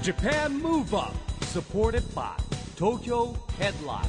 Japan Move Up supported by Tokyo Headline。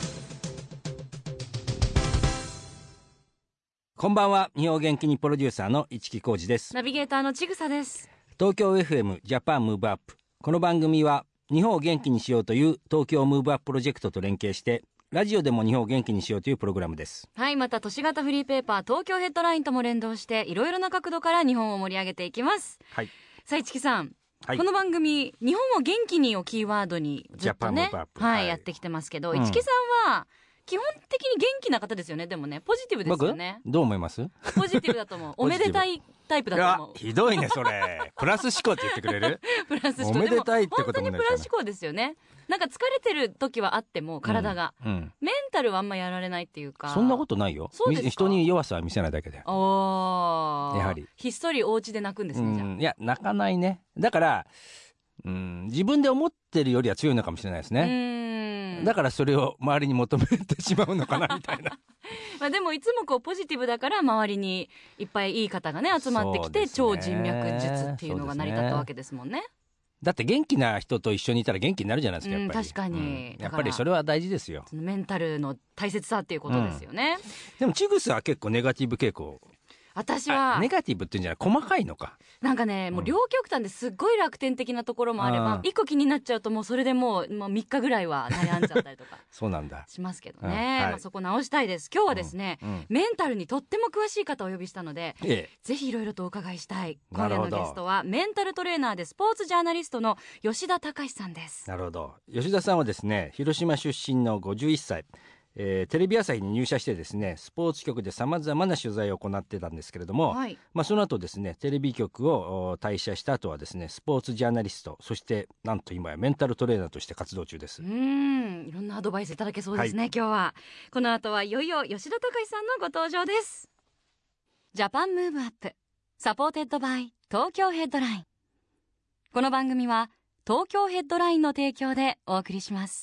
こんばんは。日本元気にプロデューサーの市木浩司です。 ナビゲーターのちぐさです。 東京 FM ジャパンムーブアップ。この番組は日本を元気にしようという東京ムーブアッププロジェクトと連携してラジオでも日本を元気にしようというプログラムです。 はい、また都市型フリーペーパー東京ヘッドラインとも連動していろいろな角度から日本を盛り上げていきます。 はい。 さあ市木さん、 はい、 この番組日本を元気にをキーワードにずっとね、 ジャパンムーブアップ、 はい、やってきてますけど、市木さんは基本的に元気な方ですよね。でもね、ポジティブですよね。 僕どう思います？ ポジティブだと思う。おめでたいタイプだと思う。 ひどいねそれ。プラス思考って言ってくれる？ プラス思考。 おめでたいってこともないでも本当にプラス思考ですよね。なんか疲れてる時はあっても体が、メンタルはあんまやられないっていうか。 そんなことないよ。 そうですか？ 人に弱さは見せないだけで。 やはりひっそりお家で泣くんですね。じゃあいや泣かないね。だから自分で思ってるよりは強いのかもしれないですね。だからそれを周りに求めてしまうのかなみたいな。 まあでもいつもこうポジティブだから周りにいっぱいいい方がね集まってきて、超人脈術っていうのが成り立ったわけですもんね。 だって元気な人と一緒にいたら元気になるじゃないですか。やっぱり、 確かに、 やっぱりそれは大事ですよ。 メンタルの大切さっていうことですよね。 でもチグスは結構ネガティブ傾向。 私はネガティブっていうんじゃない、細かいのか。 なんかね、もう両極端ですっごい楽天的なところもあれば、一個気になっちゃうともうそれでもう3日ぐらいは悩んじゃったりとかそうなんだしますけどね。まあ、そこ直したいです。今日はですね、メンタルにとっても詳しい方をお呼びしたので、ぜひいろいろとお伺いしたい。今夜のゲストはメンタルトレーナーでスポーツジャーナリストの吉田隆さんです。 なるほど。吉田さんはですね、広島出身の51歳。テレビ朝日に入社してですね、スポーツ局でさまざまな取材を行ってたんですけれども、その後ですね、テレビ局を退社した後はですね、スポーツジャーナリスト、そしてなんと今やメンタルトレーナーとして活動中です。いろんなアドバイスいただけそうですね、今日は。この後はいよいよ吉田隆さんのご登場です。ジャパンムーブアップサポーテッドバイ東京ヘッドライン。この番組は東京ヘッドラインの提供でお送りします。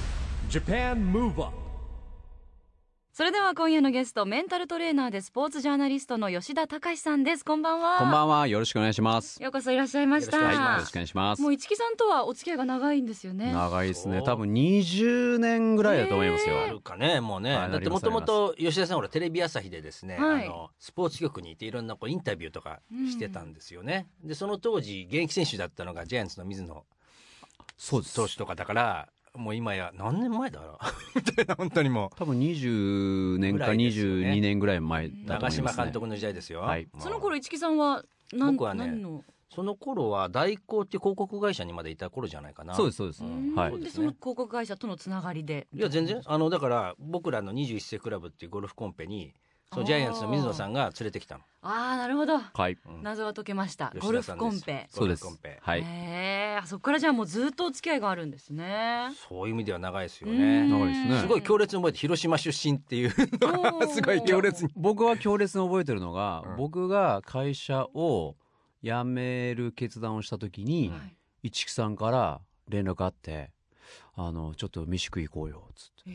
Japan Move Up。 それでは今夜のゲスト、メンタルトレーナーでスポーツジャーナリストの吉田隆さんです。こんばんは。 こんばんは、よろしくお願いします。 ようこそいらっしゃいました。 よろしくお願いします。 もう市木さんとはお付き合いが長いんですよね。 長いですね。多分20年ぐらいだと思いますよ。 あるかね、もうね。だってもともと吉田さんほらテレビ朝日でですね、スポーツ局にいていろんなインタビューとかしてたんですよね。でその当時現役選手だったのがジャイアンツの水野投手とかだから、もう今や何年前だろうみたいな、本当にもう多分20年か22年ぐらい前だと思いますね。 長嶋監督の時代ですよ。 その頃市木さんは僕はね、その頃は大光っていう広告会社にまだいた頃じゃないかな。 そうですそうです。 でその広告会社とのつながりで。 いや全然だから僕らの21世クラブっていうゴルフコンペにジャイアンツの水野さんが連れてきたの。 なるほど、 はい、 謎は解けました。ゴルフコンペ。 そうです。はい。 そこからじゃあもうずっとお付き合いがあるんですね。 そういう意味では長いですよね。 長いですね。 すごい強烈に覚えて、広島出身っていうのがすごい強烈に。 僕は強烈に覚えてるのが、僕が会社を辞める決断をした時に、市木さんから連絡あって、ちょっと飯食い行こうよつって。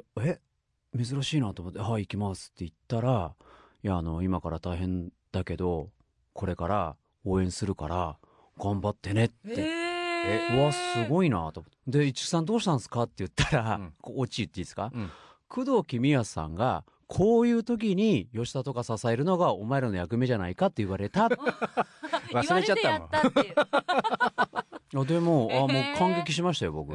で珍しいなと思って、はい行きますって言ったら、いや今から大変だけどこれから応援するから頑張ってねって、うわすごいなと思って、で市木さんどうしたんですかって言ったら、オチ言っていいですか、工藤公康さんがこういう時に吉田とか支えるのがお前らの役目じゃないかって言われた忘れちゃったもんでももう感激しましたよ僕。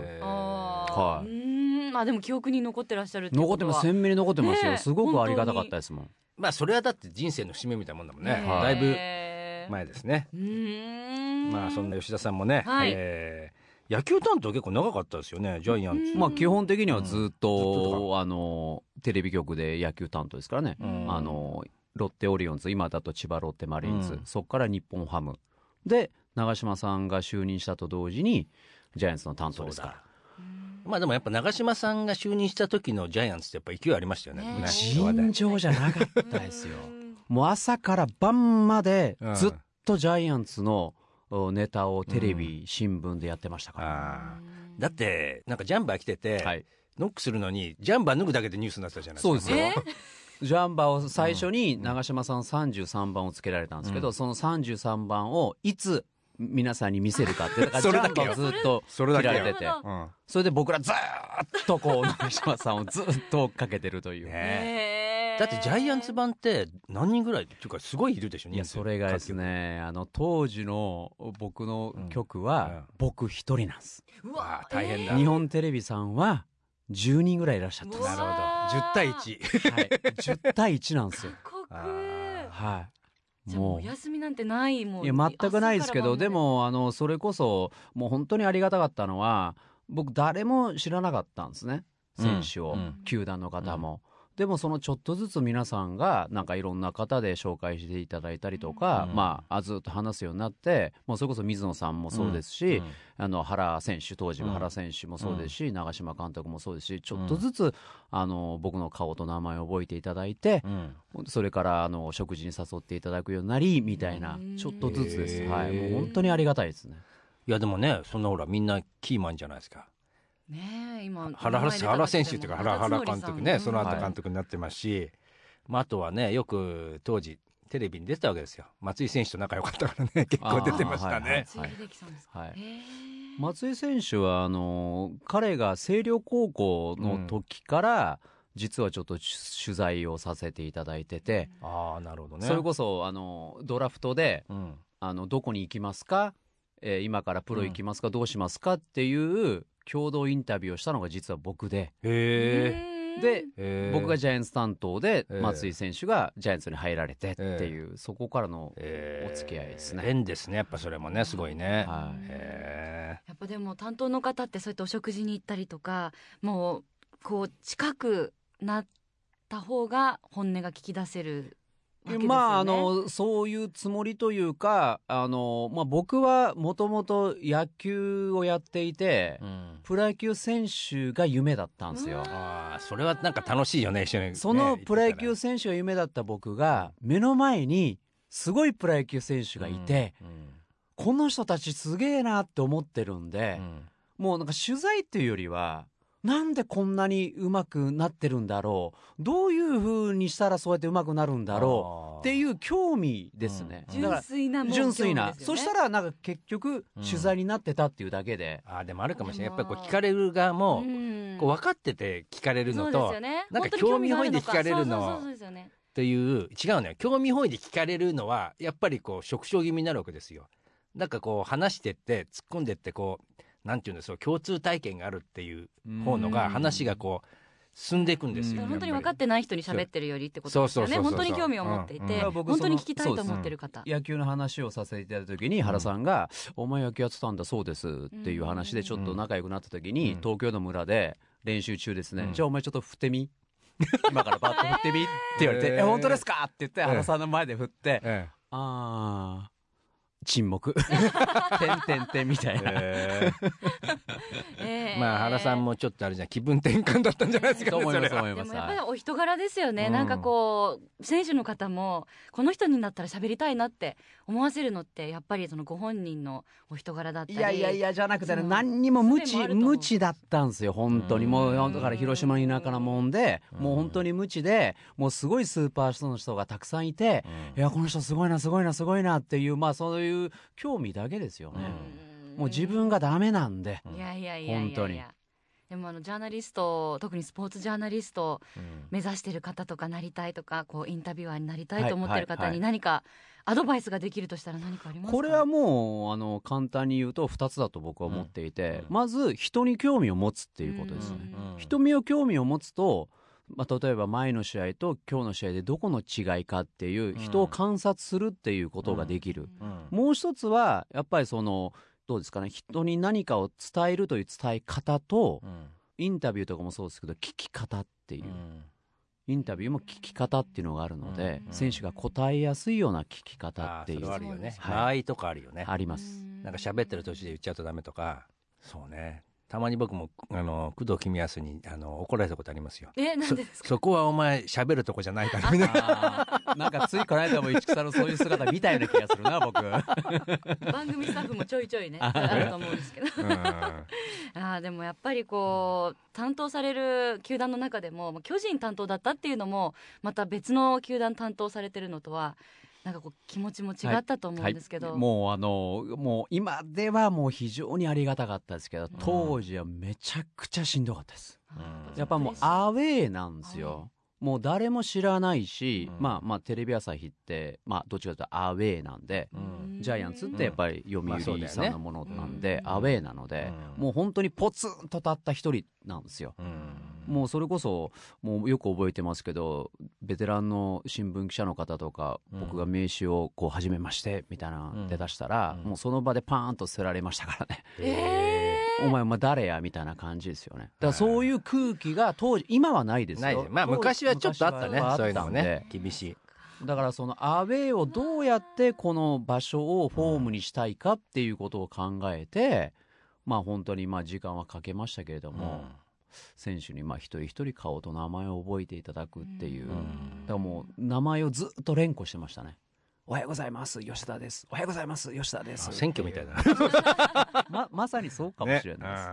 でも記憶に残ってらっしゃるって残ってます。鮮明に残ってますよ。すごくありがたかったですもん。 それはだって人生の節目みたいなもんだもんね。だいぶ前ですね。そんな吉田さんもね、野球担当結構長かったですよね、ジャイアンツ。 基本的にはずっとテレビ局で野球担当ですからね。ロッテオリオンズ、今だと千葉ロッテマリーンズ、そこから日本ハムで長嶋さんが就任したと同時にジャイアンツの担当ですから。 でもやっぱ長嶋さんが就任した時のジャイアンツってやっぱ勢いありましたよね。 尋常じゃなかったですよもう朝から晩までずっとジャイアンツのネタをテレビ、新聞でやってましたから。 だってなんかジャンバー着てて、ノックするのにジャンバー脱ぐだけでニュースになってたじゃないですか。 そうですよジャンバーを最初に長嶋さん33番をつけられたんですけど、その33番をいつ皆さんに見せるかってだからジャンプをずっとそれだけよ切られてて、それで僕らずーっとこう長嶋さんをずっと追っかけてるという、 だってジャイアンツ版って何人ぐらいっていうかすごいいるでしょ。 いやそれがですね、当時の僕の曲は僕一人なんです、 うわ大変だ。 日本テレビさんは10人ぐらいいらっしゃったんです。 なるほど、10対1、 はい、10対1なんですよ。 過酷。 はい、 じゃあもうお休みなんてないもん。 いや全くないですけど、で朝もそれこそもう本当にありがたかったのは、僕誰も知らなかったんですね、選手を、球団の方も、でもそのちょっとずつ皆さんがなんかいろんな方で紹介していただいたりとか、ずっと話すようになって、もうそれこそ水野さんもそうですし、原選手、当時の原選手もそうですし、長嶋監督もそうですし、ちょっとずつ僕の顔と名前を覚えていただいて、それから食事に誘っていただくようになりみたいな、ちょっとずつです、はい、もう本当にありがたいですね。 いやでもね、そんなほらみんなキーマンじゃないですか。 今原選手っていうか原監督ね、その後監督になってますし、あとはね、よく当時テレビに出てたわけですよ。松井選手と仲良かったからね、結構出てましたね。 松井選手は彼が星稜高校の時から、実はちょっと取材をさせていただいてて、 なるほどね。 それこそドラフトで、どこに行きますか、今からプロ行きますか、どうしますかっていう共同インタビューをしたのが実は僕で、僕がジャイアンツ担当で、松井選手がジャイアンツに入られてっていう、そこからのお付き合いですね。 縁ですね、やっぱそれもね、すごいね。 やっぱでも担当の方ってそうやってお食事に行ったりとか、もうこう近くなった方が本音が聞き出せる。 そういうつもりというか、僕はもともと野球をやっていて、プロ野球選手が夢だったんですよ。 それはなんか楽しいよね、一緒にね。 そのプロ野球選手が夢だった僕が、目の前にすごいプロ野球選手がいて、この人たちすげえなって思ってるんで、もうなんか取材っていうよりは、なんでこんなに上手くなってるんだろう、どういう風にしたらそうやって上手くなるんだろうっていう興味ですね。 純粋な、 純粋な。そしたらなんか結局取材になってたっていうだけで。 でもあるかもしれない。やっぱりこう聞かれる側もこう分かってて聞かれるのと、なんか興味本位で聞かれるのっていう、違うのよ。興味本位で聞かれるのはやっぱりこう縮小気味になるわけですよ。なんかこう話してって突っ込んでってこうなんていうんですか、共通体験があるっていう方のが話がこう進んでいくんですよ。 本当に分かってない人に喋ってるよりってことですよね。本当に興味を持っていて、本当に聞きたいと思ってる方。 野球の話をさせていただいた時に、原さんがお前野球やってたんだそうですっていう話でちょっと仲良くなった時に、東京の村で練習中ですね、じゃあお前ちょっと振ってみ今からバット振ってみって言われて、本当ですかって言って原さんの前で振って、沈黙てんみたいな原さんもちょっとあれじゃん、気分転換だったんじゃないですかね。 思います。 でもやっぱりお人柄ですよね。なんかこう選手の方もこの人になったら喋りたいなって思わせるのって、やっぱりそのご本人のお人柄だったり。 いやじゃなくてね、何にも無知だったんですよ。本当にもうだから広島の田舎なもんで、もう本当に無知で、もうすごいスーパースターの人がたくさんいて、いやこの人すごいなっていう、そういう興味だけですよね。もう自分がダメなんで。本当に。 でもジャーナリスト、特にスポーツジャーナリスト目指してる方とか、なりたいとか、こうインタビュアーになりたいと思ってる方に何かアドバイスができるとしたら何かありますか？ これはもう簡単に言うと2つだと僕は思っていて、まず人に興味を持つっていうことですね。人に興味を持つと、例えば前の試合と今日の試合でどこの違いかっていう人を観察するっていうことができる。もう一つはやっぱりどうですかね、人に何かを伝えるという伝え方と、インタビューとかもそうですけど聞き方っていう、インタビューも聞き方っていうのがあるので、選手が答えやすいような聞き方っていう。 それはあるよね。間合いとかあるよね。 あります。 なんか喋ってる途中で言っちゃうとダメとか。そうね。たまに僕も工藤公康に怒られたことありますよ。 なんでですか？ そこはお前喋るとこじゃないからみたいな。 なんかついこの間も市木さんのそういう姿みたいな気がするな僕。 番組スタッフもちょいちょいねあると思うんですけどでもやっぱりこう担当される球団の中でも巨人担当だったっていうのもまた別の球団担当されてるのとはなんかこう気持ちも違ったと思うんですけど、 もう今ではもう非常にありがたかったですけど、当時はめちゃくちゃしんどかったです。やっぱもうアウェーなんですよ。もう誰も知らないし、まあテレビ朝日ってどっちかというとアウェーなんで、ジャイアンツってやっぱり読売さんのものなんで、アウェーなので、もう本当にポツンと立った一人なんですよ。もうそれこそもうよく覚えてますけど、ベテランの新聞記者の方とか、僕が名刺をこう初めましてみたいな出だしたら、もうその場でパーンと捨てられましたからね。お前誰やみたいな感じですよね。だからそういう空気が当時、今はないですよ。 昔はちょっとあったね、そういうのもね、厳しい。 だからそのアウェーをどうやってこの場所をフォームにしたいかっていうことを考えて、本当に時間はかけましたけれども、選手に一人一人顔と名前を覚えていただくっていう、だからもう名前をずっと連呼してましたね。おはようございます吉田です、おはようございます吉田です。 選挙みたいなまさにそうかもしれないです、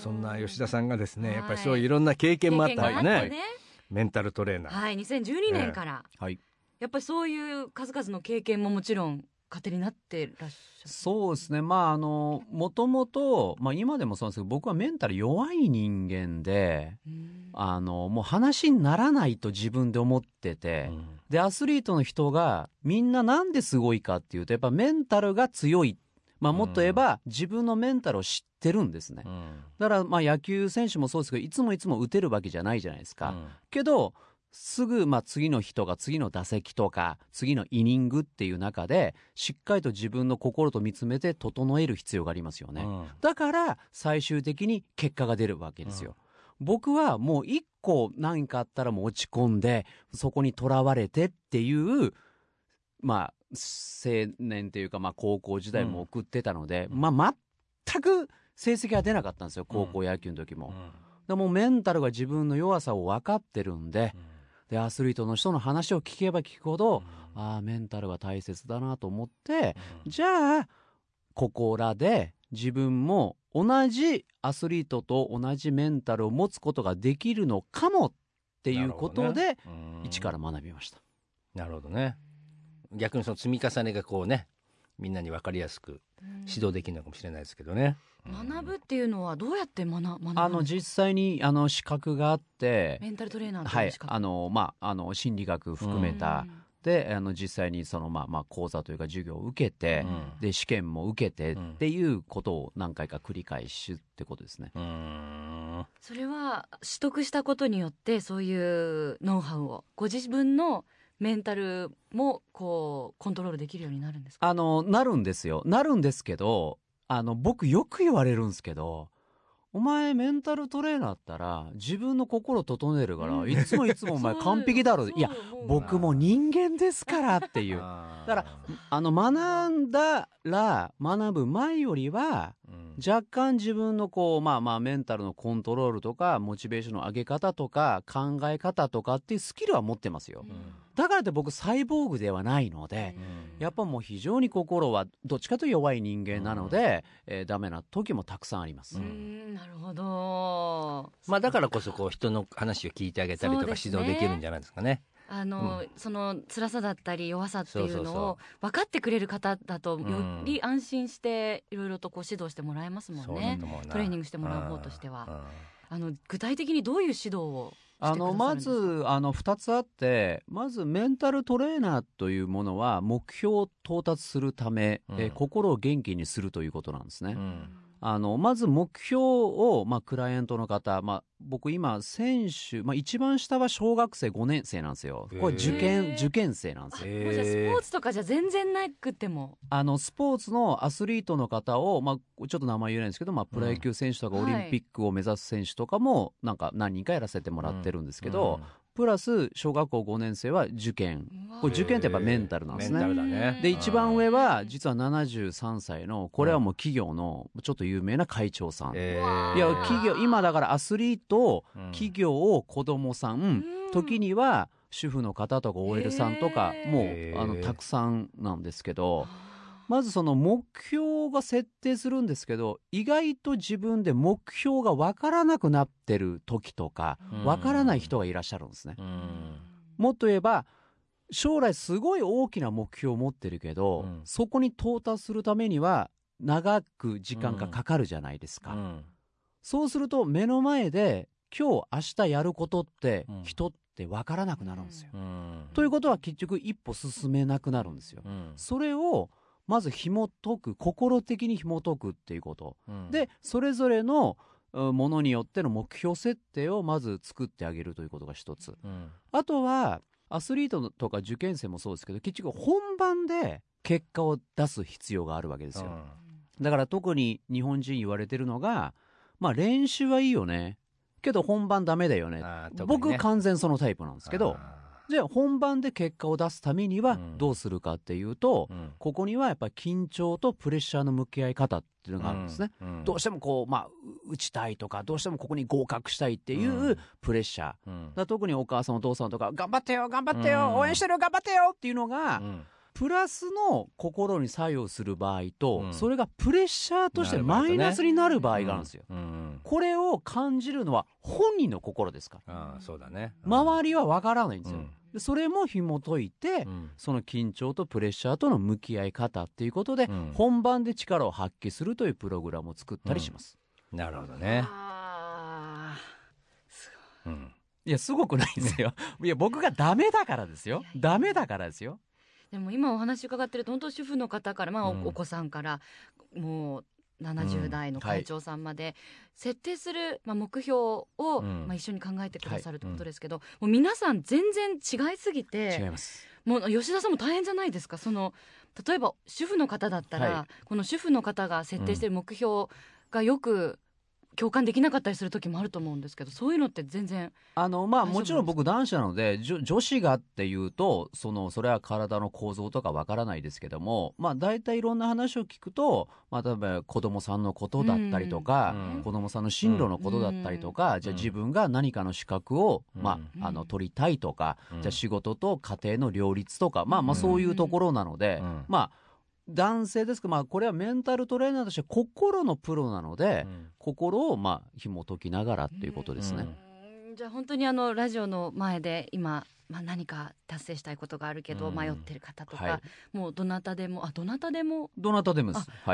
そんな吉田さんがですね、やっぱりそういういろんな経験もあったりね、メンタルトレーナー、 2012年から、やっぱりそういう数々の経験ももちろん糧になってらっしゃる。 そうですね、もともと今でもそうなんですけど、僕はメンタル弱い人間で、もう話にならないと自分で思ってて、でアスリートの人がみんななんですごいかっていうと、やっぱメンタルが強い、もっと言えば自分のメンタルを知ってるんですね、だから野球選手もそうですけど、いつも打てるわけじゃないじゃないですか、けどすぐ次の日とか次の打席とか次のイニングっていう中でしっかりと自分の心と見つめて整える必要がありますよね、だから最終的に結果が出るわけですよ、僕はもう一個何かあったらもう落ち込んでそこにとらわれてっていう青年というか高校時代も送ってたので、全く成績が出なかったんですよ、高校野球の時も、でもメンタルが自分の弱さを分かってるんで、でアスリートの人の話を聞けば聞くほど、メンタルが大切だなと思って、じゃあここらで自分も同じアスリートと同じメンタルを持つことができるのかもっていうことで、一から学びました。 なるほどね。逆にその積み重ねがこうね、みんなに分かりやすく指導できるのかもしれないですけどね。 学ぶっていうのはどうやって学ぶ？ 実際に資格があって、 メンタルトレーナーという資格、 心理学含めた、で実際にその講座というか授業を受けて、で試験も受けてっていうことを何回か繰り返しってことですね。 それは取得したことによってそういうノウハウをご自分のメンタルもこうコントロールできるようになるんですか？ なるんですよ。なるんですけど、僕よく言われるんですけど、お前メンタルトレーナーだったら自分の心整えるから、いつもお前完璧だろいや僕も人間ですからっていう。だから学んだら学ぶ前よりは、若干自分のメンタルのコントロールとかモチベーションの上げ方とか考え方とかっていうスキルは持ってますよ、だからって僕サイボーグではないので、やっぱもう非常に心はどっちかというと弱い人間なので、ダメな時もたくさんあります。 なるほど。 だからこそ人の話を聞いてあげたりとか指導できるんじゃないですかね。 その辛さだったり弱さっていうのを分かってくれる方だとより安心していろいろと指導してもらえますもんね。トレーニングしてもらう方としては。具体的にどういう指導をしてくださるんですか？ まず2つあって、まずメンタルトレーナーというものは目標を到達するため、心を元気にするということなんですね。まず目標を、クライアントの方、僕今選手、一番下は小学生5年生なんですよ。これ受験生なんですよ。 じゃあスポーツとかじゃ全然なくてもスポーツのアスリートの方を、ちょっと名前言えないんですけど、プロ野球選手とかオリンピックを目指す選手とかも何人かやらせてもらってるんですけど、プラス小学校5年生は受験。これ受験ってやっぱメンタルなんですね。 メンタルだね。 で一番上は実は73歳のこれはもう企業のちょっと有名な会長さん、いや企業今だからアスリート、企業を子供さん、時には主婦の方とか OL さんとかもうたくさんなんですけど、まずその目標が設定するんですけど、意外と自分で目標が分からなくなってる時とか分からない人がいらっしゃるんですね。もっと言えば将来すごい大きな目標を持ってるけど、そこに到達するためには長く時間がかかるじゃないですか、そうすると目の前で今日明日やることって人って分からなくなるんですよ、ということは結局一歩進めなくなるんですよ、それをまず紐解く、心的に紐解くっていうこと、でそれぞれのものによっての目標設定をまず作ってあげるということが一つ、あとはアスリートとか受験生もそうですけど、結局本番で結果を出す必要があるわけですよ、だから特に日本人言われてるのが、まあ練習はいいよねけど本番ダメだよね、僕完全そのタイプなんですけど、じゃあ本番で結果を出すためにはどうするかっていうと、ここにはやっぱり緊張とプレッシャーの向き合い方っていうのがあるんですね、どうしてもこう、打ちたいとかどうしてもここに合格したいっていうプレッシャー、だ特にお母さんお父さんとか頑張ってよ頑張ってよ、応援してるよ頑張ってよっていうのが、プラスの心に作用する場合と、それがプレッシャーとしてマイナスになる場合があるんですよ、これを感じるのは本人の心ですから、 そうだね、 周りは分からないんですよ、でそれも紐解いて、その緊張とプレッシャーとの向き合い方っていうことで、本番で力を発揮するというプログラムを作ったりします、 なるほどね。 すごい、 いやすごくないんですよいや僕がダメだからですよ、ダメだからですよ。 でも今お話伺ってると本当主婦の方から、お子さんからもう70代の会長さんまで設定する、目標を、一緒に考えてくださるってことですけど、もう皆さん全然違いすぎて、 違います。 もう吉田さんも大変じゃないですか。その例えば主婦の方だったら、この主婦の方が設定している目標がよく共感できなかったりする時もあると思うんですけど、そういうのって全然もちろん僕男子なので女子がっていうとそれは体の構造とかわからないですけども、大体いろんな話を聞くと、例えば子供さんのことだったりとか、子供さんの進路のことだったりとか、じゃあ自分が何かの資格を、取りたいとか、じゃあ仕事と家庭の両立とか、そういうところなので、男性ですけど、これはメンタルトレーナーとして心のプロなので、心を紐解きながらっていうことですね。 じゃあ本当にラジオの前で今、何か達成したいことがあるけど迷ってる方とか、もうどなたでもです。 はい。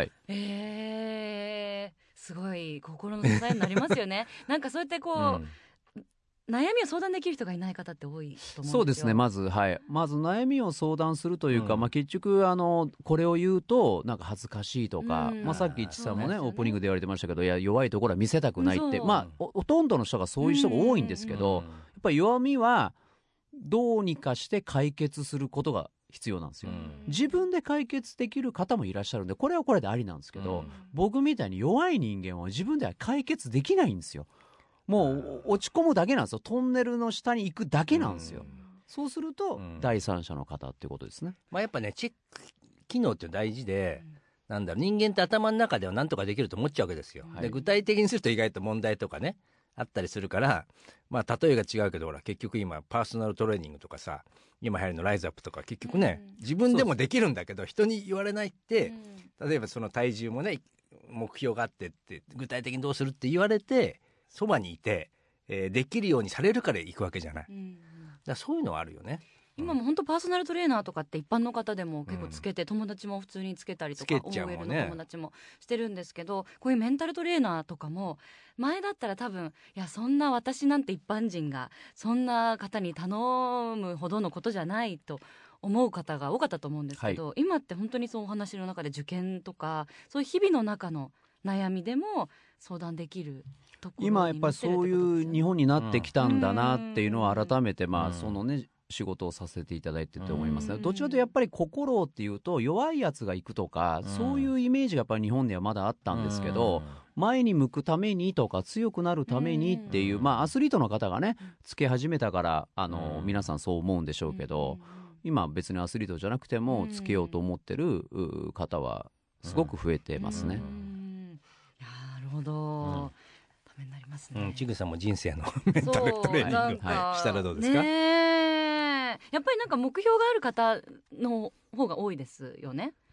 すごい心の支えになりますよねなんかそうやってこう、悩みを相談できる人がいない方って多いと思うんですよ。 そうですね、まず悩みを相談するというか、結局これを言うとなんか恥ずかしいとか、さっき市さんもねオープニングで言われてましたけど、いや弱いところは見せたくないって、ほとんどの人がそういう人が多いんですけど、やっぱり弱みはどうにかして解決することが必要なんですよ。自分で解決できる方もいらっしゃるんで、これはこれでありなんですけど、僕みたいに弱い人間は自分では解決できないんですよ。もう落ち込むだけなんですよ。トンネルの下に行くだけなんですよ。そうすると、第三者の方ってことですね。 やっぱね、チェック機能って大事で、人間って頭の中では何とかできると思っちゃうわけですよ。で具体的にすると意外と問題とかねあったりするから、例えが違うけど、ほら結局今パーソナルトレーニングとかさ、今流行りのライズアップとか結局ね、自分でもできるんだけど人に言われないって、例えばその体重もね目標があってって具体的にどうするって言われてそばにいて、できるようにされるから行くわけじゃない、だからそういうのはあるよね。 今も本当パーソナルトレーナーとかって一般の方でも結構つけて、友達も普通につけたりとか、OL の友達もしてるんですけど、こういうメンタルトレーナーとかも前だったら多分、いやそんな私なんて一般人がそんな方に頼むほどのことじゃないと思う方が多かったと思うんですけど、今って本当にそうお話の中で受験とかそういう日々の中の悩みでも相談できるところになってるってことですよね。 今やっぱりそういう日本になってきたんだなっていうのを改めてそのね仕事をさせていただいてると思いますね。どちらかというとやっぱり心っていうと弱いやつが行くとか、そういうイメージがやっぱり日本ではまだあったんですけど、前に向くためにとか強くなるためにっていう、アスリートの方がねつけ始めたから皆さんそう思うんでしょうけど、今別にアスリートじゃなくてもつけようと思ってる方はすごく増えてますね。 なるほど、ためになりますね。 ちぐさんも人生のメンタルトレーニングしたらどうですか？ やっぱりなんか目標がある方の方が多いですよね。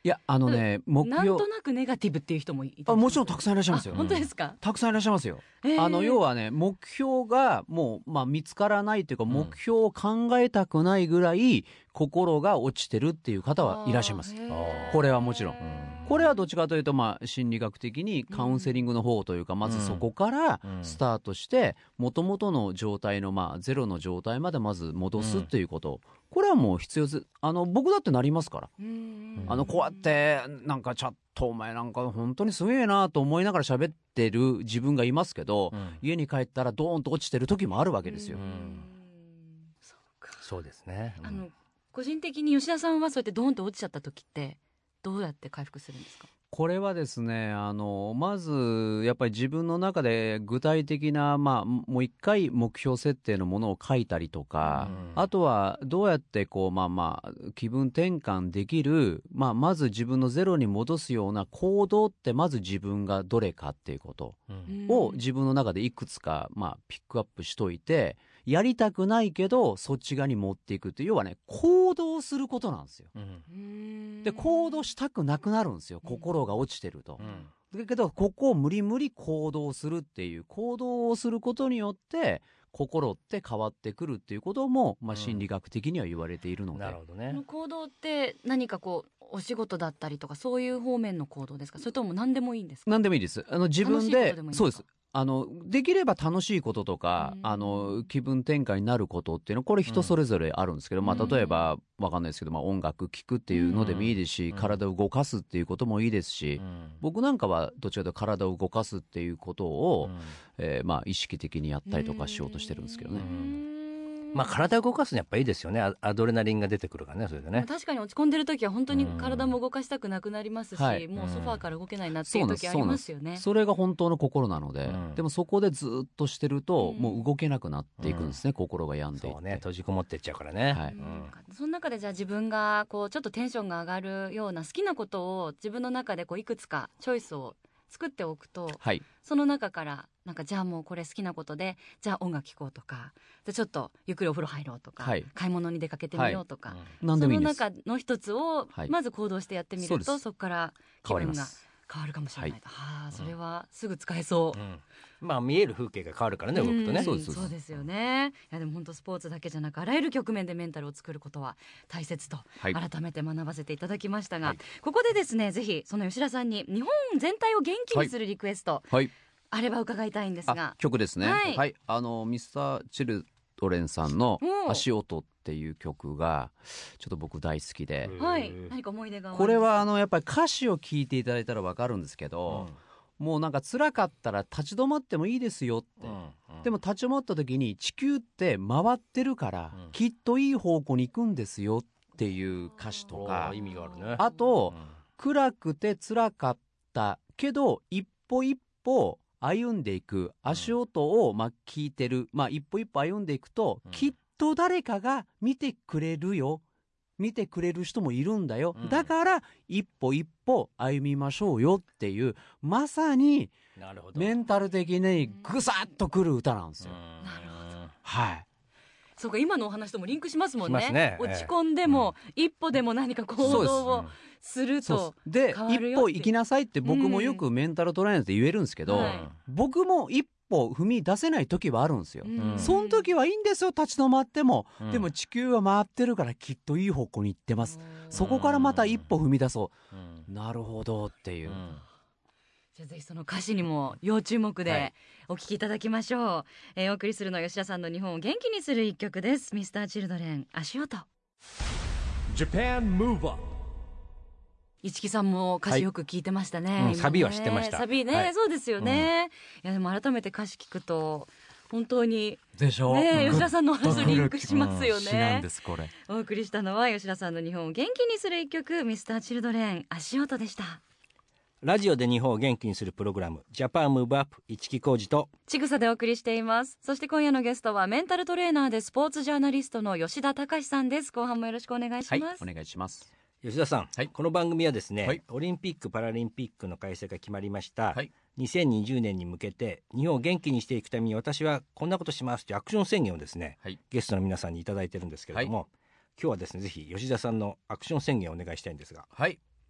いや目標なんとなくネガティブっていう人もいたりもちろんたくさんいらっしゃいますよ。 本当ですか？ たくさんいらっしゃいますよ。要はね、目標がもう、見つからないというか、目標を考えたくないぐらい心が落ちてるっていう方はいらっしゃいます。これはもちろん。これはどっちかというと、心理学的にカウンセリングの方というか、まずそこからスタートして元々の状態の、ゼロの状態までまず戻すっていうこと、これはもう必要です。僕だってなりますから。こうやってなんかちょっとお前なんか本当にすげえなと思いながら喋ってる自分がいますけど、家に帰ったらドーンと落ちてる時もあるわけですよ。 そうですね。 個人的に吉田さんはそうやってドーンと落ちちゃった時ってどうやって回復するんですか？ これはですね、まずやっぱり自分の中で具体的な、もう一回目標設定のものを書いたりとか、あとはどうやってこう気分転換できる、まず自分のゼロに戻すような行動ってまず自分がどれかっていうことを自分の中でいくつかピックアップしといて、やりたくないけどそっち側に持っていくっていう、要はね、行動することなんですよ。で行動したくなくなるんですよ、心が落ちてると。だけどここを無理無理行動するっていう、行動をすることによって心って変わってくるっていうことも、心理学的には言われているので。 なるほどね。 行動って何かこうお仕事だったりとかそういう方面の行動ですか？それとも何でもいいんですか？ 何でもいいです。自分で、そうです。できれば楽しいこととか、気分転換になることっていうのはこれ人それぞれあるんですけど、例えばわかんないですけど、音楽聴くっていうのでもいいですし、体を動かすっていうこともいいですし、僕なんかはどちらかというと体を動かすっていうことを、意識的にやったりとかしようとしてるんですけどね。 体を動かすのやっぱいいですよね。アドレナリンが出てくるからね、それでね。 確かに落ち込んでる時は本当に体も動かしたくなくなりますし、もうソファーから動けないなっていう時ありますよね。 それが本当の心なので、でもそこでずっとしてると、もう動けなくなっていくんですね、心が病んでいって。 そうね、閉じこもっていっちゃうからね。 その中でじゃあ自分がこうちょっとテンションが上がるような好きなことを自分の中でこういくつかチョイスを作っておくと、その中からなんかじゃあもうこれ好きなことで、じゃあ音楽聴こうとか、じゃあちょっとゆっくりお風呂入ろうとか、買い物に出かけてみようとか、その中の一つをまず行動してやってみると、そこから気分が変わるかもしれないと。それはすぐ使えそう。 見える風景が変わるからね、動くとね。 そうですよね。いやでも本当スポーツだけじゃなく、あらゆる局面でメンタルを作ることは大切と改めて学ばせていただきましたが、ここでですね、ぜひその吉田さんに日本全体を元気にするリクエスト、あれば伺いたいんですが。 曲ですね。ミスターチルドレンさんの足音っていう曲がちょっと僕大好きで、 何か思い出が。 これはやっぱり歌詞を聞いていただいたら分かるんですけど、もうなんか辛かったら立ち止まってもいいですよって、でも立ち止まった時に地球って回ってるから、きっといい方向に行くんですよっていう歌詞とか、 意味があるね。 あと、暗くて辛かったけど一歩一歩歩んでいく足音を聞いてる、一歩一歩歩んでいくと、きっと誰かが見てくれるよ、見てくれる人もいるんだよ、だから一歩一歩歩みましょうよっていう、まさにメンタル的にグサッとくる歌なんですよ。 なるほど。 そうか、今のお話ともリンクしますもんね。落ち込んでも、一歩でも何か行動をすると変わるよって。 で、一歩行きなさいって僕もよくメンタルトレーナーって言えるんですけど、僕も一歩踏み出せない時はあるんですよ。その時はいいんですよ、立ち止まっても。でも地球は回ってるからきっといい方向に行ってます。そこからまた一歩踏み出そう。なるほどっていう。 じゃあぜひその歌詞にも要注目でお聴きいただきましょう。お送りするのは吉田さんの日本を元気にする一曲です。ミスターチルドレン、足音。 Japan Move Up。 市木さんも歌詞よく聞いてましたね。 サビは知ってました。 サビね、そうですよね。いやでも改めて歌詞聞くと本当にでしょ、 吉田さんの話とリンクしますよね。 詩なんですこれ。 お送りしたのは吉田さんの日本を元気にする一曲、ミスターチルドレン、足音でした。 ラジオで日本を元気にするプログラム、ジャパンムーブアップ、市木浩二とちぐさでお送りしています。そして今夜のゲストはメンタルトレーナーでスポーツジャーナリストの吉田隆さんです。後半もよろしくお願いします。 お願いします。 吉田さん、この番組はですね、オリンピック・パラリンピックの開催が決まりました、2020年に向けて日本を元気にしていくために私はこんなことしますというアクション宣言をですね、ゲストの皆さんにいただいてるんですけれども、今日はですね、ぜひ吉田さんのアクション宣言をお願いしたいんですが。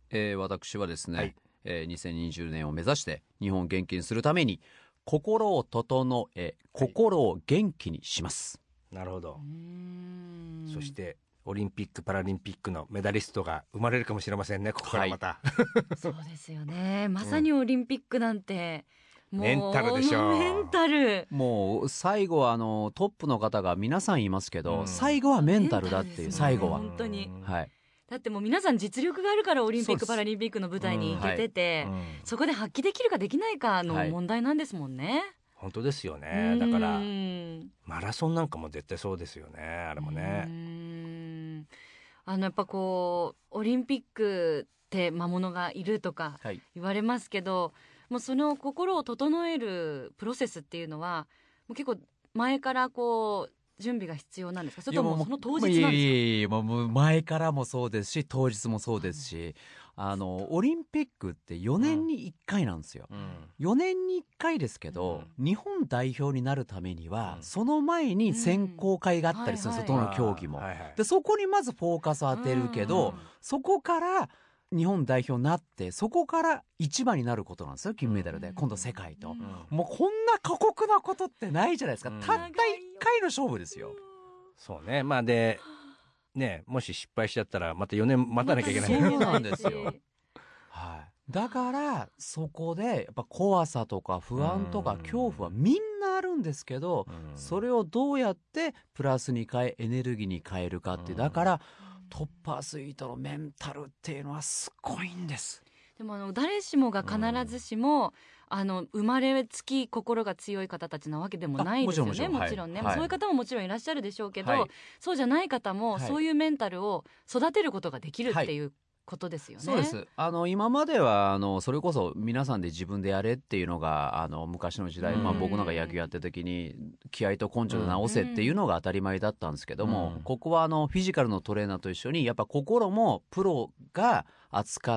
私はですね、 はい 2020年を目指して日本を元気にするために心を整え心を元気にします。 なるほど。そしてオリンピック・パラリンピックのメダリストが生まれるかもしれませんね、ここからまた、 そうですよね。まさにオリンピックなんて、もうメンタルでしょう。 メンタル。 もう最後はトップの方が皆さんいますけど、最後はメンタルだっていう、最後は本当に、 はい、 だってもう皆さん実力があるからオリンピック・パラリンピックの舞台に出てて、そこで発揮できるかできないかの問題なんですもんね。 本当ですよね。だからマラソンなんかも絶対そうですよね、あれもね。 やっぱこうオリンピックって魔物がいるとか言われますけど、もうその心を整えるプロセスっていうのはもう結構前からこう準備が必要なんですか、それともその当日なんですか？ いやもう前からもそうですし当日もそうですし、オリンピックって4年に1回なんですよ、4年に1回ですけど、日本代表になるためには、その前に選考会があったりするんですよ、どの競技も、でそこにまずフォーカスを当てるけど、そこから日本代表になってそこから一番になることなんですよ、金メダルで、今度世界と、もうこんな過酷なことってないじゃないですか、たった1回の勝負ですよ。 そうね、まあでね、もし失敗しちゃったらまた4年待たなきゃいけない。 そうなんですよ、はい、だからそこでやっぱ怖さとか不安とか恐怖はみんなあるんですけど、それをどうやってプラスに変えエネルギーに変えるかっていう、だからトップアスリートのメンタルっていうのはすごいんです。 でも誰しもが必ずしも、生まれつき心が強い方たちなわけでもないですよね。もちろんね、そういう方ももちろんいらっしゃるでしょうけど、そうじゃない方もそういうメンタルを育てることができるっていうことですよね。 そうです。今まではそれこそ皆さんで自分でやれっていうのが昔の時代、僕なんか野球やってる時に気合と根性で直せっていうのが当たり前だったんですけども、ここはフィジカルのトレーナーと一緒にやっぱ心もプロが扱って、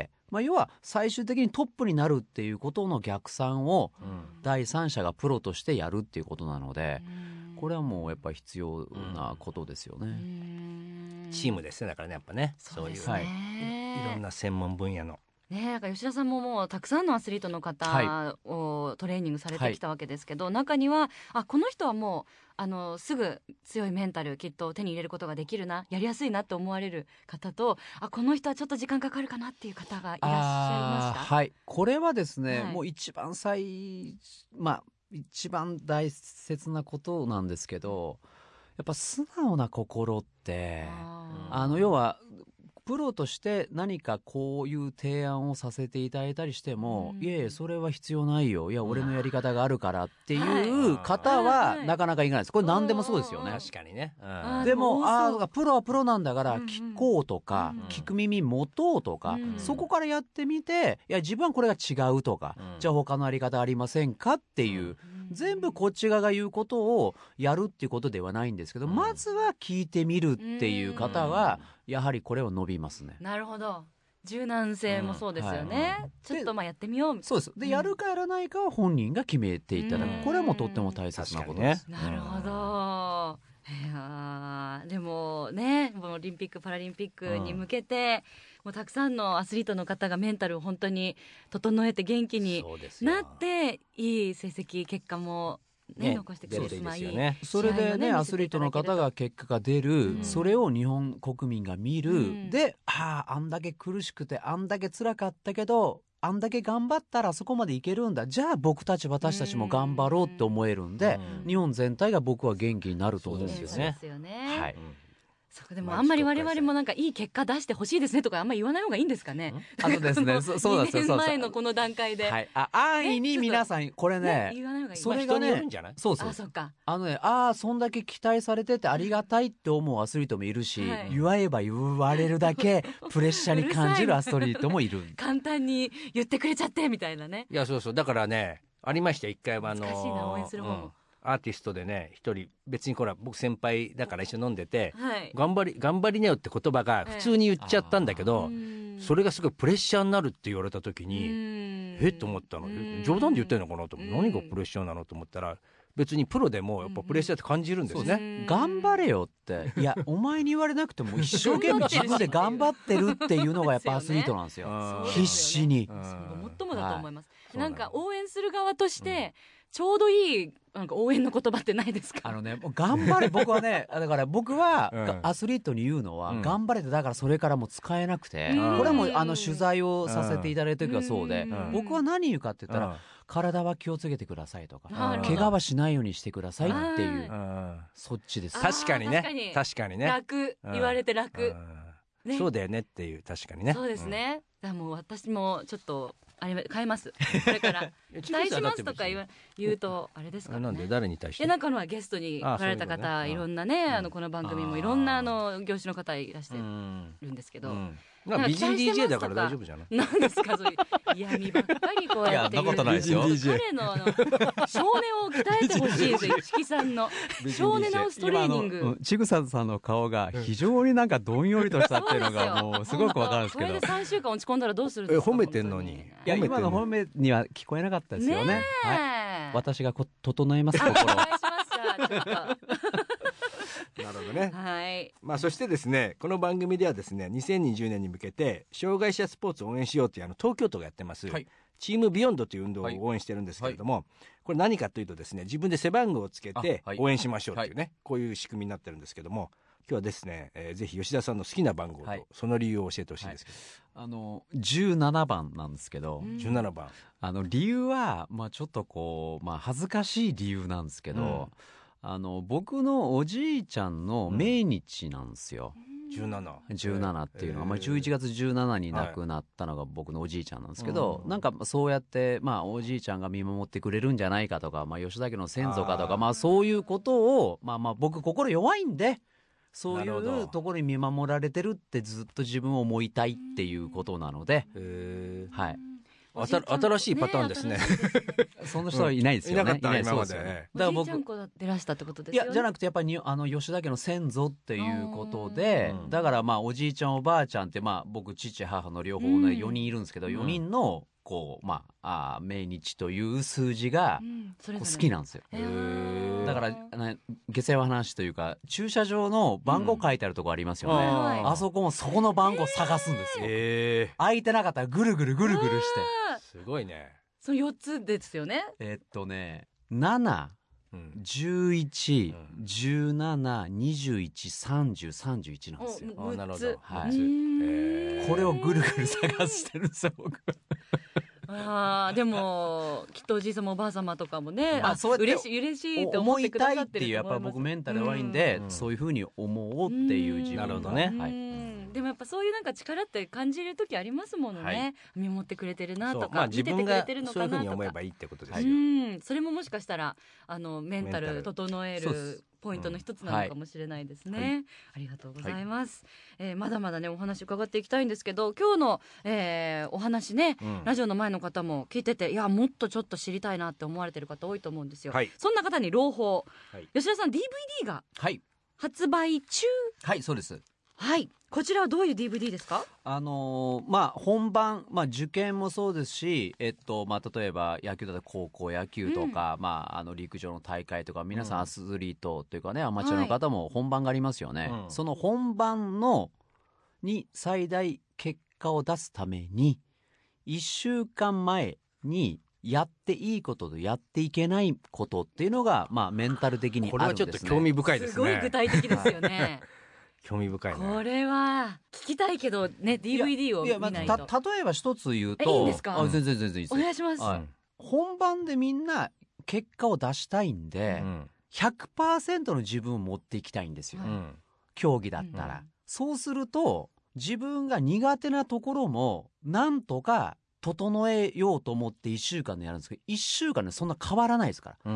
要は最終的にトップになるっていうことの逆算を第三者がプロとしてやるっていうことなので、これはもうやっぱり必要なことですよね。 チームですね、だからね、やっぱね、そういう、いろんな専門分野のなんか吉田さんももうたくさんのアスリートの方をトレーニングされてきたわけですけど、中にはこの人はもうすぐ強いメンタルきっと手に入れることができるな、やりやすいなと思われる方と、この人はちょっと時間かかるかなっていう方がいらっしゃいました。 はい、これはですね、もう一番一番大切なことなんですけど、やっぱ素直な心って要はプロとして何かこういう提案をさせていただいたりしても、いやいやそれは必要ないよ、いや俺のやり方があるからっていう方はなかなかいかないです。これ何でもそうですよね。 確かにね。 でもプロはプロなんだから聞こうとか、聞く耳持とうとか、そこからやってみて、いや自分はこれが違うとか、じゃあ他のやり方ありませんかっていう、全部こっち側が言うことをやるっていうことではないんですけど、まずは聞いてみるっていう方はやはりこれは伸びますね。 なるほど。柔軟性もそうですよね、ちょっとやってみようみたいな。 そうです。で、やるかやらないかは本人が決めていただく、これはもうとっても大切なことです。 なるほど。でもね、オリンピック・パラリンピックに向けて、もうたくさんのアスリートの方がメンタルを本当に整えて元気になって、いい成績結果も残してくれる、 それでね、アスリートの方が結果が出る、それを日本国民が見る、であんだけ苦しくてあんだけ辛かったけどあんだけ頑張ったらそこまでいけるんだ、じゃあ私たちも頑張ろうって思えるんで、日本全体が僕は元気になると思うんですよね。はい。 でもあんまり我々もなんかいい結果出してほしいですねとかあんまり言わない方がいいんですかね。 ですね、そうなんですよ。 2年前のこの段階で、 安易に皆さんこれね、それがね、そうそんだけ期待されててありがたいって思うアスリートもいるし、言えば言われるだけプレッシャーに感じるアスリートもいる。 簡単に言ってくれちゃってみたいなね。 いや、そうだからね、ありました一回は難しいな、応援する方も。 アーティストでね、一人別に僕先輩だから一緒に飲んでて、頑張りなよって言葉が普通に言っちゃったんだけど、それがすごいプレッシャーになるって言われた時にと思ったの。冗談で言ってんのかなと思って、何がプレッシャーなのと思ったら、 別にプロでもやっぱプレッシャーって感じるんですね。 頑張れよっていやお前に言われなくても一生懸命自分で頑張ってるっていうのがやっぱアスリートなんですよ。必死に。 もっともだと思います。なんか応援する側としてちょうどいいなんか応援の言葉ってないですか？ もう頑張れ僕はねだから僕はアスリートに言うのは、頑張れてだからそれからもう使えなくて、これはもう取材をさせていただいた時はそうで、僕は何言うかって言ったら、体は気をつけてくださいとか、怪我はしないようにしてくださいっていう、そっちです。 確かにね楽、言われて楽、 そうだよねっていう、確かにね。 そうですね。だからもう私もちょっとあれ変えます。これから期待しますとか言うとあれですかね。 なんで誰に対して？ なんかのはゲストに来られた方、いろんなね、この番組もいろんな業種の方いらしてるんですけど、 美人 DJ だから大丈夫じゃない？ なんですかそういう嫌味ばっかりこうやって言う。彼の少年を鍛えてほしいですよ。市木さんの少年のストレーニング。 ちぐささんの顔が非常になんかどんよりとしたっていうのがもうすごくわかるんですけど。 これで3週間落ち込んだらどうするんですか？ 褒めてんのに。 いや今の褒めには聞こえなかったですよね。私が整えます心。 お願いします。ちょっと。 なるほどね。 はい。 そしてですね、この番組ではですね、2020年に向けて障害者スポーツを応援しようという東京都がやってます、チームビヨンドという運動を応援してるんですけれども、これ何かというとですね、自分で背番号をつけて応援しましょうというね、こういう仕組みになってるんですけども、今日はですね、ぜひ吉田さんの好きな番号とその理由を教えてほしいんですけど、 17番なんですけど、 17番理由はちょっとこう恥ずかしい理由なんですけど、僕のおじいちゃんの命日なんですよ。17っていうのは、11月17に亡くなったのが僕のおじいちゃんなんですけど、なんかそうやっておじいちゃんが見守ってくれるんじゃないかとか、吉田家の先祖かとか、そういうことを僕心弱いんで、そういうところに見守られてるってずっと自分を思いたいっていうことなので、はい。 新しいパターンですね。 そんな人はいないですよね。 いなかった今まで。 だから僕おじいちゃん子でらしたってことですよね。 いやじゃなくてやっぱり吉田家の先祖っていうことで、だからおじいちゃんおばあちゃんって僕父母の両方ね4人いるんですけど、4人のこう命日という数字が好きなんですよ。だから下世話話というか、駐車場の番号書いてあるとこありますよね。あそこもそこの番号探すんですよ。空いてなかったらぐるぐるぐるぐるして。 すごいね。 その4つですよね。 7、11、17、21、30、31なんですよ。 なるほど。 これをぐるぐる探してるんですよ僕。 でもきっとおじい様おばあ様とかもね、嬉しいって思ってくださってると思います。 やっぱ僕メンタル弱いんで、そういう風に思おうっていう自分が。 なるほどね。 でもやっぱそういうなんか力って感じる時ありますものね。見守ってくれてるなとか、 見ててくれてるのかなとか、そういう風に思えばいいってことですよ。 それももしかしたらメンタル整えるポイントの一つなのかもしれないですね。ありがとうございます。まだまだねお話伺っていきたいんですけど、今日のお話ね、ラジオの前の方も聞いてて、いやもっとちょっと知りたいなって思われてる方多いと思うんですよ。そんな方に朗報、吉田さん DVD が発売中。 はい、そうです。 はい、こちらはどういう DVD ですか？ 本番、受験もそうですし、例えば野球だと高校野球とか、陸上の大会とか、皆さんアスリートというかね、アマチュアの方も本番がありますよね。その本番に最大結果を出すために1週間前にやっていいこととやっていけないことっていうのが、メンタル的にあるんですね。 これはちょっと興味深いですね。 すごい具体的ですよね。 興味深いね。 これは聞きたいけどね、 DVD を見ないと。 例えば一つ言うと、 いいんですか？ 全然いいです。 お願いします。 本番でみんな結果を出したいんで、100% の自分を持っていきたいんですよ。競技だったら。そうすると自分が苦手なところもなんとか整えようと思って1週間でやるんですけど、1週間でそんな変わらないですから、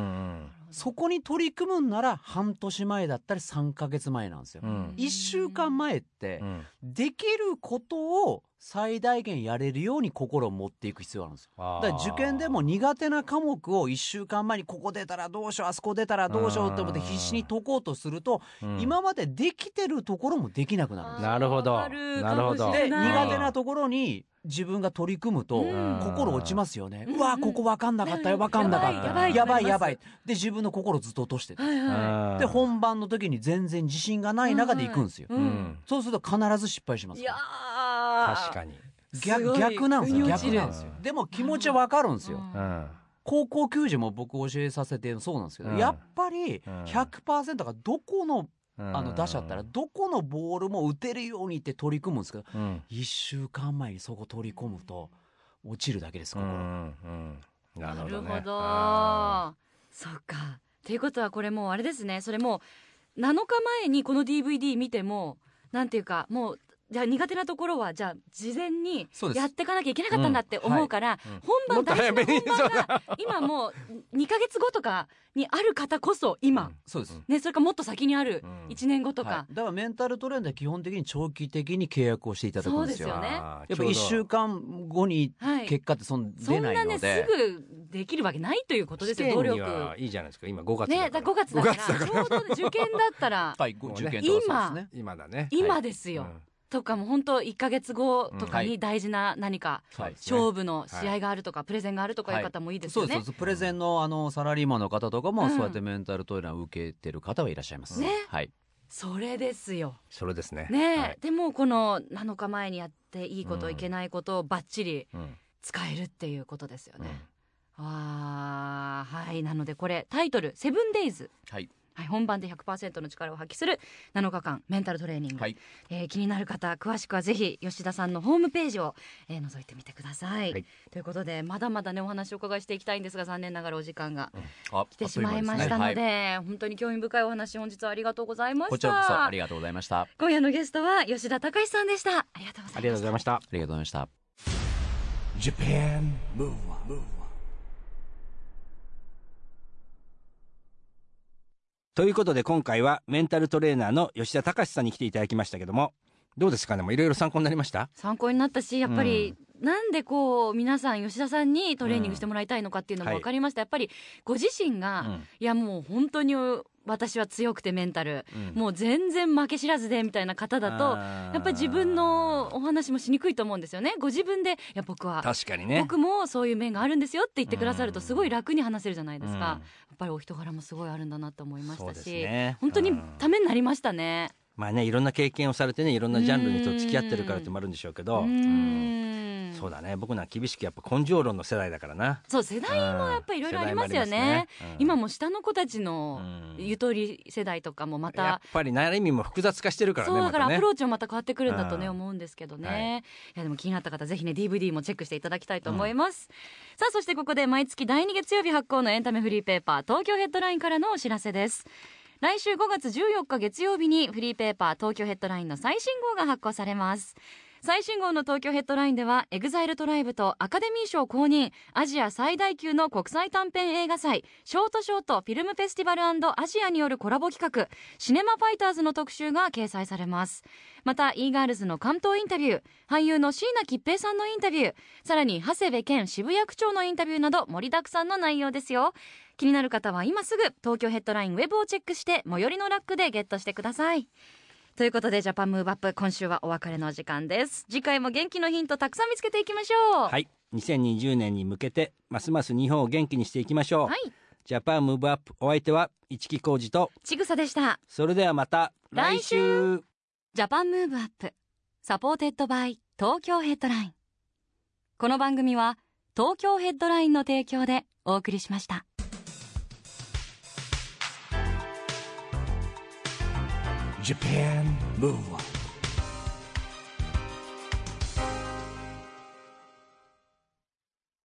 そこに取り組むんなら半年前だったり3ヶ月前なんですよ。1週間前ってできることを最大限やれるように心を持っていく必要があるんですよ。だから受験でも苦手な科目を1週間前にここ出たらどうしよう、あそこ出たらどうしようって思って必死に解こうとすると、今までできてるところもできなくなるんですよ。 なるほど。 なるほど。 で苦手なところに自分が取り組むと心落ちますよね。うわここ分かんなかったよ、分かんなかった、やばいで自分の心ずっと落としてて、で本番の時に全然自信がない中で行くんですよ。そうすると必ず失敗します。 いや確かに逆なんですよ。逆なんですよ。でも気持ちは分かるんですよ。高校球児も僕教えさせてそうなんですけど、やっぱり 100% がどこの打者ったらどこのボールも打てるようにって取り組むんですけど、1週間前にそこ取り込むと落ちるだけです心。 なるほど。そうか。ということはこれもうあれですね。それもう7日前にこの DVD 見てもなんていうかもうじゃあ苦手なところはじゃあ事前にやっていかなきゃいけなかったんだって思うから、本番大事な本番が今もう2ヶ月後とかにある方こそ今、 そうですね、それからもっと先にある1年後とか、 だからメンタルトレーナーは基本的に長期的に契約をしていただくんですよ。 そうですよね。 やっぱ1週間後に結果って出ないので、 そんなねすぐできるわけないということですよ。努力いいじゃないですか。今5月ね、5月だからちょうど受験だったら受験とかそうですね。 今だね。 今ですよ。とかも本当1ヶ月後とかに大事な何か勝負の試合があるとかプレゼンがあるとかいう方もいいですよね。 そうです。プレゼンのサラリーマンの方とかもそうやってメンタルトレーナーを受けてる方はいらっしゃいますね。 それですよ。 それですね。 ね、でもこの7日前にやっていいこといけないことをバッチリ使えるっていうことですよね。はい。なのでこれタイトル7 days。本番で 100% の力を発揮する7日間メンタルトレーニング、気になる方詳しくはぜひ吉田さんのホームページを、覗いてみてください、ということでまだまだねお話をお伺いしていきたいんですが残念ながらお時間が来てしまいましたので、本当に興味深いお話本日はありがとうございました。 こちらこそありがとうございました。 今夜のゲストは吉田隆さんでした。ありがとうございました。 ありがとうございました。 Japan Move Up。 ということで今回はメンタルトレーナーの吉田隆さんに来ていただきましたけども、どうですかね。もいろいろ参考になりました。 参考になったし、やっぱり、なんでこう皆さん吉田さんにトレーニングしてもらいたいのかっていうのも分かりました。やっぱりご自身が、いやもう本当に私は強くてメンタル、もう全然負け知らずでみたいな方だとやっぱり自分のお話もしにくいと思うんですよね。ご自分でいや僕は確かにね、 僕もそういう面があるんですよって言ってくださるとすごい楽に話せるじゃないですか。やっぱりお人柄もすごいあるんだなと思いましたし、本当にためになりましたね。 まあね、いろんな経験をされてね、いろんなジャンルにと付き合ってるからってもあるんでしょうけど、そうだね。僕のは厳しくやっぱ根性論の世代だからな。 そう、世代もやっぱりいろいろありますよね。今も下の子たちのゆとり世代とかもまたやっぱり悩みも複雑化してるからね。 そうだからアプローチもまた変わってくるんだとね思うんですけどね。いやでも気になった方ぜひね DVD もチェックしていただきたいと思います。さあそしてここで毎月第2月曜日発行のエンタメフリーペーパー東京ヘッドラインからのお知らせです。来週5月14日月曜日にフリーペーパー東京ヘッドラインの最新号が発行されます。最新号の東京ヘッドラインではエグザイルトライブとアカデミー賞公認アジア最大級の国際短編映画祭ショートショートフィルムフェスティバル&アジアによるコラボ企画シネマファイターズの特集が掲載されます。また e ガールズの関東インタビュー、俳優の椎名桔平さんのインタビュー、さらに長谷部健渋谷区長のインタビューなど盛りだくさんの内容ですよ。気になる方は今すぐ東京ヘッドラインウェブをチェックして最寄りのラックでゲットしてください。ということでジャパンムーブアップ今週はお別れの時間です。次回も元気のヒントたくさん見つけていきましょう。 はい、2020年に向けてますます日本を元気にしていきましょう。ジャパンムーブアップ、お相手は市木浩二とちぐさでした。 それではまた来週。 ジャパンムーブアップサポーテッドバイ東京ヘッドライン。この番組は東京ヘッドラインの提供でお送りしました。 Japan Move Up。